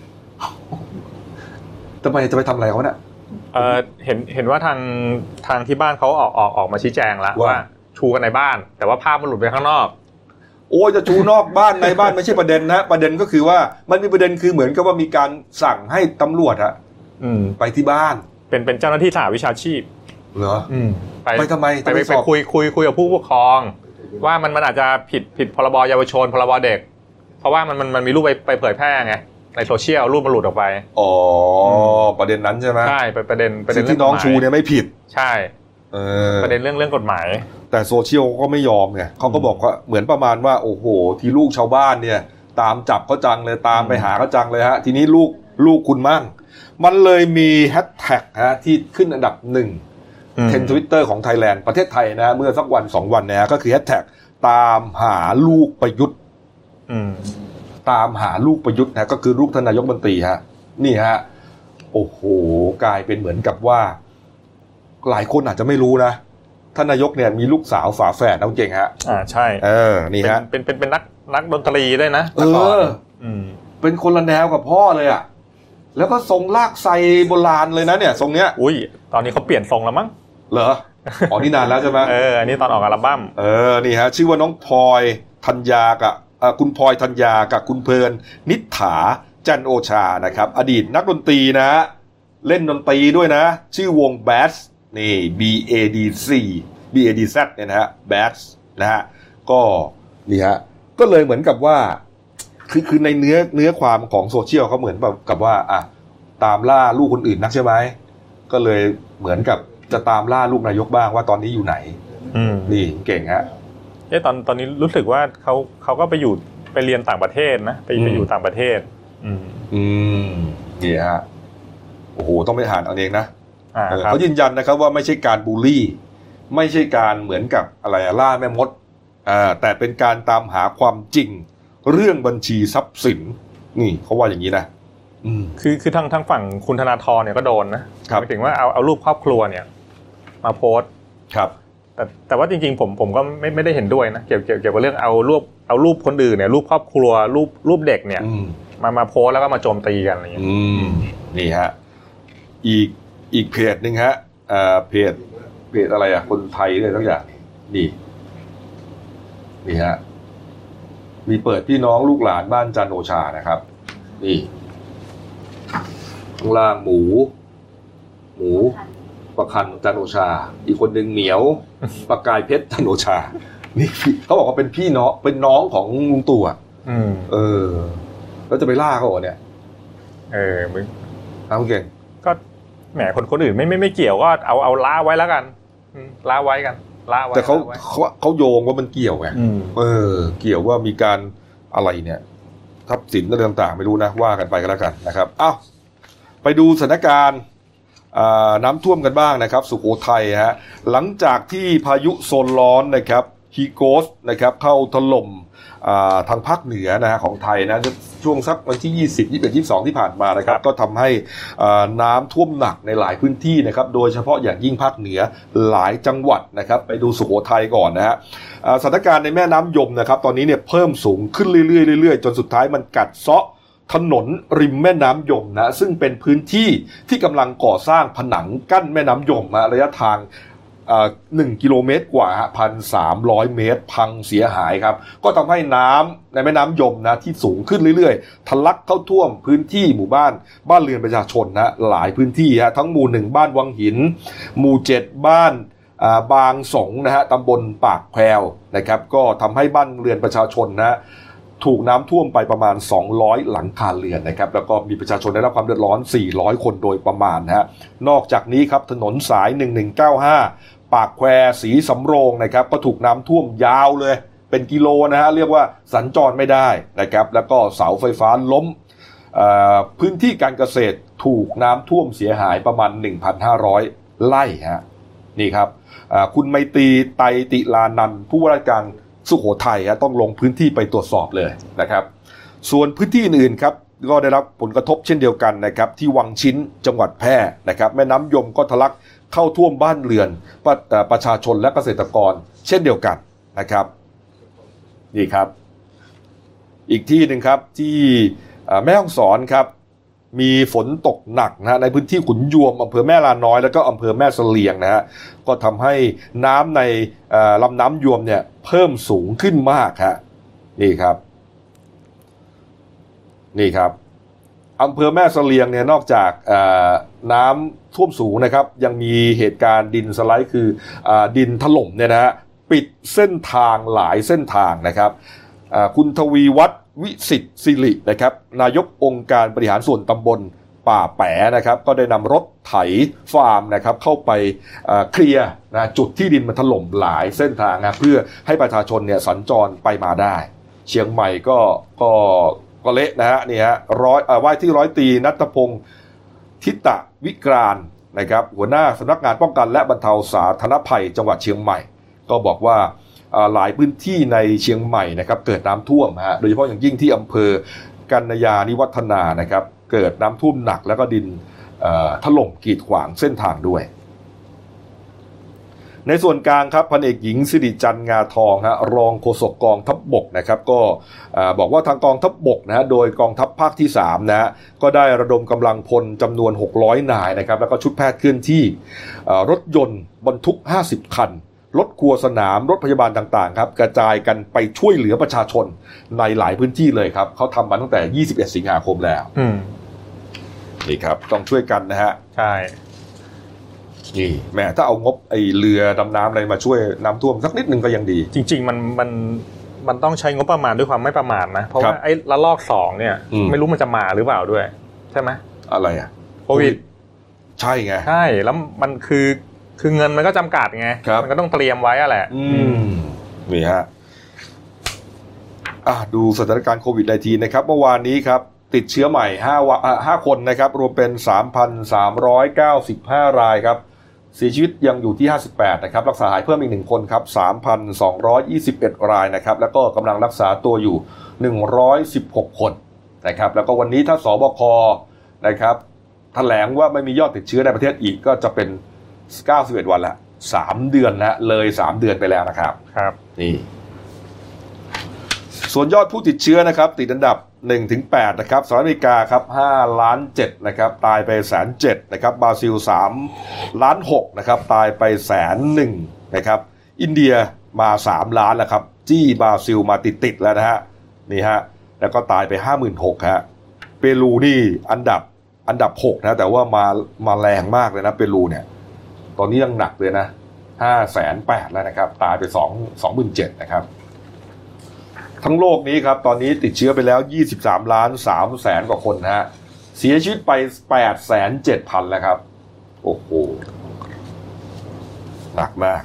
ทำไมจะไปทำอะไรเขาเนี่ยเออเห็นเห็นว่าทางทางที่บ้านเขาออกออกออกมาชี้แจงแล้วว่าชูกันในบ้านแต่ว่าภาพมันหลุดไปข้างนอกโอ้ยจะชูนอกบ้านในบ้านไม่ใช่ประเด็นนะประเด็นก็คือว่ามันมีประเด็นคือเหมือนกับว่ามีการสั่งให้ตำรวจอะไปที่บ้านเป็นเป็นเจ้าหน้าที่สหวิชาชีพเหรอไปไปทำไมไปไปคุยคุยคุยกับผู้ปกครองว่ามันมันอาจจะผิดผิดพรบเยาวชนพรบเด็กเพราะว่ามันมันมันมีรูปไปไปเผยแพร่ไงในโซเชียลรูปมันหลุดออกไปอ๋อประเด็นนั้นใช่ไหมใช่ประเด็นประเด็นที่น้องชูเนี่ยไม่ผิดใช่ประเด็นเรื่องเรื่องกฎหมายแต่โซเชียลก็ไม่ยอมไงเขาก็บอกว่าเหมือนประมาณว่าโอ้โหที่ลูกชาวบ้านเนี่ยตามจับเขาจังเลยตามไปหาเขาจังเลยฮะทีนี้ลูกลูกคุณมั่งมันเลยมีแฮชแท็กฮะที่ขึ้นอันดับหนึ่งเทรนด์ Twitter ของไทยแลนด์ประเทศไทยนะเมื่อสักวันสองวันนะก็คือแฮชแท็กตามหาลูกประยุทธ์ตามหาลูกประยุทธ์นะก็คือลูกท่านนายกรัฐมนตรีฮะนี่ฮะโอ้โหกลายเป็นเหมือนกับว่าหลายคนอาจจะไม่รู้นะท่านนายกเนี่ยมีลูกสาวฝาแฝดน้องเก่งฮะอ่าใช่เออนี่ฮะเป็นเป็นเป็นนักนักดนตรีด้วยนะเออเป็นคนละแนวกับพ่อเลยอ่ะแล้วก็ทรงลากไซโบราณเลยนะเนี่ยทรงเนี้ยอุ้ยตอนนี้เขาเปลี่ยนทรงแล้วมั้งเหรออ๋อนี่นานแล้วใช่ไหมเอออันนี้ตอนออกอัลบั้มเออนี่ฮะชื่อว่าน้องพลอยธัญญากับคุณพลอยธัญญากับคุณเพลินนิษฐาจันโอชานะครับอดีตนักดนตรีนะเล่นดนตรีด้วยนะชื่อวง แบด นี่ B A D C B A D Z เนี่ยนะฮะ แบด นะฮะก็นี่ฮะก็เลยเหมือนกับว่าคือคือในเนื้อเนื้อความของโซเชียลเขาเหมือนแบบกับว่าอ่ะตามล่าลูกคนอื่นนักใช่ไหมก็เลยเหมือนกับจะตามล่าลูกนายกบ้างว่าตอนนี้อยู่ไหนนี่เก่งฮะเอ๊ะตอนตอนนี้รู้สึกว่าเขาเขาก็ไปอยู่ไปเรียนต่างประเทศนะไปไปอยู่ต่างประเทศอืมอืมนี่ฮะโอ้โหต้องไปอ่านเอาเองนะเขายืนยันนะครับว่าไม่ใช่การบูลลี่ไม่ใช่การเหมือนกับอะไรล่าแม่มดอ่าแต่เป็นการตามหาความจริงเรื่องบัญชีทรัพย์สินนี่เขาว่าอย่างนี้นะอืมคือคือทางทางฝั่งคุณธนาธรเนี่ยก็โดนนะหมายถึงว่าเอาเอารูปครอบครัวเนี่ยมาโพสต์ครับแต่แต่ว่าจริงๆผมผมก็ไม่ไม่ได้เห็นด้วยนะเกี่ยวเกี่ยวเกี่ยวกับเรื่องเอารูปเอารูปคนอื่นเนี่ยรูปครอบครัวรูปรูปเด็กเนี่ยมามาโพสต์แล้วก็มาโจมตีกันอะไรอย่างเงี้ยนี่ฮะอีกอีกเพจนึงฮะเอ่อเพจเพจอะไรอ่ะคนไทยเลยทุกอย่างนี่นี่ฮะมีเปิดพี่น้องลูกหลานบ้านจันโอชานะครับนี่ข้างล่างหมูหมูประคันจันโอชาอีกคนนึงเหมียวประกายเพชรจันโอชานี่เขาบอกว่าเป็นพี่น้องเป็นน้องของลุงตู่อ่ะเออแล้วจะไปล่าเขาเหรอเนี่ยเออมึงเอาเก่งก็แหมคนคนอื่นไม่ไม่ไม่เกี่ยวก็เอาเอาล่าไว้แล้วกันล่าไว้กันล่าไว้แต่เขาเขาเขาโยงว่ามันเกี่ยวไงเออเกี่ยวว่ามีการอะไรเนี่ยทรัพย์สินอะไรต่างๆไม่รู้นะว่ากันไปก็แล้วกันนะครับอ้าวไปดูสถานการณ์น้ำท่วมกันบ้างนะครับสุโขทัยฮะหลังจากที่พายุโซนร้อนนะครับฮีโกสนะครับเข้าถล่มทางภาคเหนือนะฮะของไทยนะช่วงสักวันที่ยี่สิบ ยี่สิบเอ็ด ยี่สิบสองที่ผ่านมานะครับก็ทำให้น้ำท่วมหนักในหลายพื้นที่นะครับโดยเฉพาะอย่างยิ่งภาคเหนือหลายจังหวัดนะครับไปดูสุโขทัยก่อนนะฮะสถานการณ์ในแม่น้ำยมนะครับตอนนี้เนี่ยเพิ่มสูงขึ้นเรื่อยๆเรื่อยๆจนสุดท้ายมันกัดเซาะถนนริมแม่น้ำยมนะซึ่งเป็นพื้นที่ที่กำลังก่อสร้างผนังกั้นแม่น้ำยมระยะทางหนึ่งกิโลเมตรกว่า หนึ่งพันสามร้อย เมตรพังเสียหายครับก็ทำให้น้ำในแม่น้ำยมนะที่สูงขึ้นเรื่อยๆทะลักเข้าท่วมพื้นที่หมู่บ้านบ้านเรือนประชาชนนะหลายพื้นที่ฮะทั้งหมู่หนึ่งบ้านวังหินหมู่เจ็ดบ้านบางสงนะฮะตำบลปากแพรวนะครับก็ทำให้บ้านเรือนประชาชนนะถูกน้ำท่วมไปประมาณสองร้อยหลังคาเรือนนะครับแล้วก็มีประชาชนได้รับความเดือดร้อนสี่ร้อยคนโดยประมาณนะฮะนอกจากนี้ครับถนนสายหนึ่งหนึ่งเก้าห้าปากแควสีสำโรงนะครับก็ถูกน้ำท่วมยาวเลยเป็นกิโลนะฮะเรียกว่าสัญจรไม่ได้นะครับแล้วก็เสาไฟฟ้าล้มพื้นที่การเกษตรถูกน้ำท่วมเสียหายประมาณ หนึ่งพันห้าร้อย ไร่ฮะนี่ครับคุณไมตรีไตรติลานันท์ผู้ว่าราชการสุโขทัยฮะต้องลงพื้นที่ไปตรวจสอบเลยนะครับส่วนพื้นที่อื่นๆครับก็ได้รับผลกระทบเช่นเดียวกันนะครับที่วังชิ้นจังหวัดแพร่นะครับแม่น้ำยมก็ทะลักเข้าท่วมบ้านเรือนประชาชนและเกษตรกรเช่นเดียวกันนะครับนี่ครับอีกที่หนึ่งครับที่แม่ฮ่องสอนครับมีฝนตกหนักนะในพื้นที่ขุนยวมอำเภอแม่ลาน้อยแล้วก็อำเภอแม่เสลียงนะฮะก็ทำให้น้ำในลำน้ำยวมเนี่ยเพิ่มสูงขึ้นมากฮะนี่ครับนี่ครับอำเภอแม่เสลียงเนี่ยนอกจากน้ำท่วมสูงนะครับยังมีเหตุการณ์ดินสไลด์คือดินถล่มเนี่ยนะฮะปิดเส้นทางหลายเส้นทางนะครับคุณทวีวัฒน์วิสิทธิ์ศิรินะครับนายกองค์การบริหารส่วนตำบลป่าแปะนะครับก็ได้นำรถไถฟาร์มนะครับเข้าไปเคลียร์นะจุดที่ดินมันถล่มหลายเส้นทางนะเพื่อให้ประชาชนเนี่ยสัญจรไปมาได้เชียงใหม่ก็ก็ก็เละนะฮะนี่ฮะร้อยว่าที่ร้อยตรีณัฐพงศ์ทิตะวิกรานนะครับหัวหน้าสำนักงานป้องกันและบรรเทาสาธารณภัยจังหวัดเชียงใหม่ก็บอกว่าหลายพื้นที่ในเชียงใหม่นะครับเกิดน้ำท่วมฮะโดยเฉพาะอย่างยิ่งที่อำเภอกัญญานิวัฒนานะครับเกิดน้ำท่วมหนักแล้วก็ดินถล่มกีดขวางเส้นทางด้วยในส่วนกลางครับพันเอกหญิงสิริจันทร์งาทองฮะรองโฆษกกองทัพบกนะครับก็บอกว่าทางกองทัพบกนะฮะโดยกองทัพภาคที่สามนะฮะก็ได้ระดมกำลังพลจำนวนหกร้อยนายนะครับแล้วก็ชุดแพทย์เคลื่อนที่รถยนต์บรรทุกห้าสิบคันรถครัวสนามรถพยาบาลต่างๆครับกระจายกันไปช่วยเหลือประชาชนในหลายพื้นที่เลยครับเขาทำมาตั้งแต่ยี่สิบเอ็ดสิงหาคมแล้วนี่ครับต้องช่วยกันนะฮะใช่นี่แม่ถ้าเอางบไอเรือดำน้ำอะไรมาช่วยน้ำท่วมสักนิดนึงก็ยังดีจริงๆมันมันมันต้องใช้งบประมาณด้วยความไม่ประมาทนะเพราะว่าไอ้ระลอกสองเนี่ยไม่รู้มันจะมาหรือเปล่าด้วยใช่ไหมอะไรอ่ะโควิดใช่ไงใช่แล้วมันคือคือเงินมันก็จำกัดไงมันก็ต้องเตรียมไว้อะแหละอืมนี่ฮะอ่ะดูสถานการณ์โควิด สิบเก้า นะครับเมื่อวานนี้ครับติดเชื้อใหม่ห้าวันห้าคนนะครับรวมเป็น สามพันสามร้อยเก้าสิบห้า รายครับเสียชีวิตยังอยู่ที่ห้าสิบแปดนะครับรักษาหายเพิ่มอีกหนึ่งคนครับ สามพันสองร้อยยี่สิบเอ็ด รายนะครับแล้วก็กำลังรักษาตัวอยู่หนึ่งร้อยสิบหกคนนะครับแล้วก็วันนี้ถ้าสบคนะครับแถลงว่าไม่มียอดติดเชื้อในประเทศอีกก็จะเป็นเก้าสิบเอ็ดวันละสามเดือนแล้วเลยสามเดือนไปแล้วนะครับครับนี่ส่วนยอดผู้ติดเชื้อนะครับติดอันดับ หนึ่งถึงแปด นะครับสหรัฐอเมริกาครับห้าล้านเจ็ดนะครับตายไป หนึ่งแสนเจ็ดหมื่น นะครับบราซิลสามล้านหกนะครับตายไป หนึ่งแสนหนึ่งหมื่น นะครับอินเดียมาสามล้านแล้วครับจี้บราซิลมาติดๆแล้วนะฮะนี่ฮะแล้วก็ตายไป ห้าหมื่นหกพัน ฮะเปรูนี่อันดับอันดับหกนะแต่ว่ามามาแรงมากเลยนะเปรูเนี่ยตอนนี้ยังหนักเลยนะ ห้าแสนแปดหมื่น แล้วนะครับตายไปสอง สองหมื่นเจ็ดพัน นะครับทั้งโลกนี้ครับตอนนี้ติดเชื้อไปแล้วยี่สิบสามล้านสามแสนกว่าคนนะฮะเสียชีวิตไป แปดแสนเจ็ดพัน แล้วครับโอ้โหหนักมาก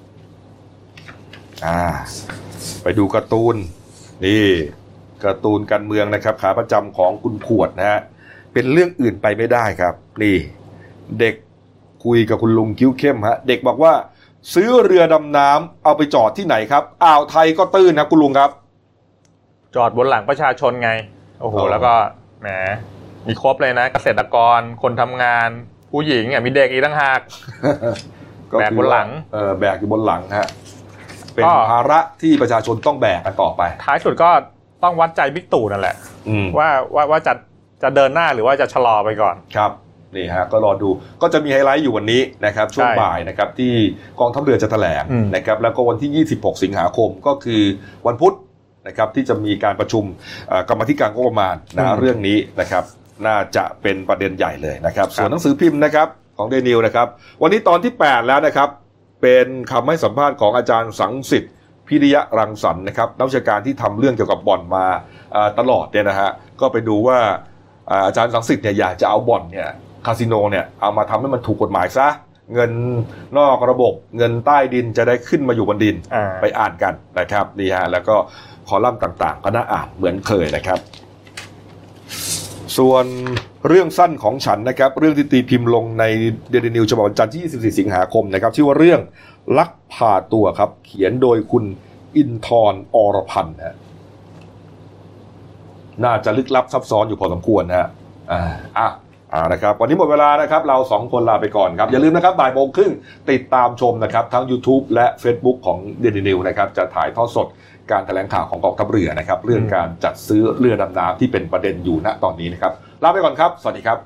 อ่าไปดูการ์ตูนนี่การ์ตูนการเมืองนะครับขาประจำของคุณขวดนะฮะเป็นเรื่องอื่นไปไม่ได้ครับนี่เด็กคุยกับคุณลุงคิ้วเข้มฮะเด็กบอกว่าซื้อเรือดำน้ำเอาไปจอดที่ไหนครับอ่าวไทยก็ตื้นนะคุณลุงครับจอดบนหลังประชาชนไงโอ้โหแล้วก็แหมมีครบเลยนะเกษตรกรคนทำงานผู้หญิงอ่ะมีเด็กอีกต่างหากแบกบนหลังเออแบกอยู่บนหลังฮะเป็นภาระที่ประชาชนต้องแบกกันต่อไปท้ายสุดก็ต้องวัดใจบิ๊กตู่นั่นแหละว่าว่าว่าจะจะเดินหน้าหรือว่าจะชะลอไปก่อนครับนี่ฮะก็รอดูก็จะมีไฮไลท์อยู่วันนี้นะครับช่วงบ่ายนะครับที่กองทัพเรือจะแถลงนะครับแล้วก็วันที่ยี่สิบหกสิงหาคมก็คือวันพุธนะครับที่จะมีการประชุมกรรมาธิการงบประมาณนะเรื่องนี้นะครับน่าจะเป็นประเด็นใหญ่เลยนะครับส่วนหนังสือพิมพ์นะครับของเดนิวนะครับวันนี้ตอนที่แปดแล้วนะครับเป็นคำให้สัมภาษณ์ของอาจารย์สังสิทธิ์พิริยะรังสรรค์นะครับนักวิชาการที่ทำเรื่องเกี่ยวกับบ่อนมาตลอดเนี่ยนะฮะก็ไปดูว่าอาจารย์สังสิทธิ์เนี่ยอยากจะเอาบ่อนเนี่ยคาสิโนเนี่ยเอามาทำให้มันถูกกฎหมายซะเงินนอกระบบเงินใต้ดินจะได้ขึ้นมาอยู่บนดินไปอ่านกันนะครับนี่ฮะแล้วก็คอลัมน์ต่างๆก็น่าอ่านเหมือนเคยนะครับส่วนเรื่องสั้นของฉันนะครับเรื่องที่ตีพิมพ์ลงในเดลินิวฉบับวันจันทร์ที่ยี่สิบสี่สิงหาคมนะครับชื่อว่าเรื่องลักพาตัวครับเขียนโดยคุณอินทร์อรพันธ์นะน่าจะลึกลับซับซ้อนอยู่พอสมควรนะฮะอ่าอ่ะอ่านะครับวันนี้หมดเวลานะครับเราสองคนลาไปก่อนครับอย่าลืมนะครับบ่ายโมงครึ่งติดตามชมนะครับทั้ง YouTube และ Facebook ของเดลินิวนะครับจะถ่ายทอดสดการแถลงข่าวของกองทัพเรือนะครับเรื่องการจัดซื้อเรือดำน้ำที่เป็นประเด็นอยู่ณตอนนี้นะครับลาไปก่อนครับสวัสดีครับ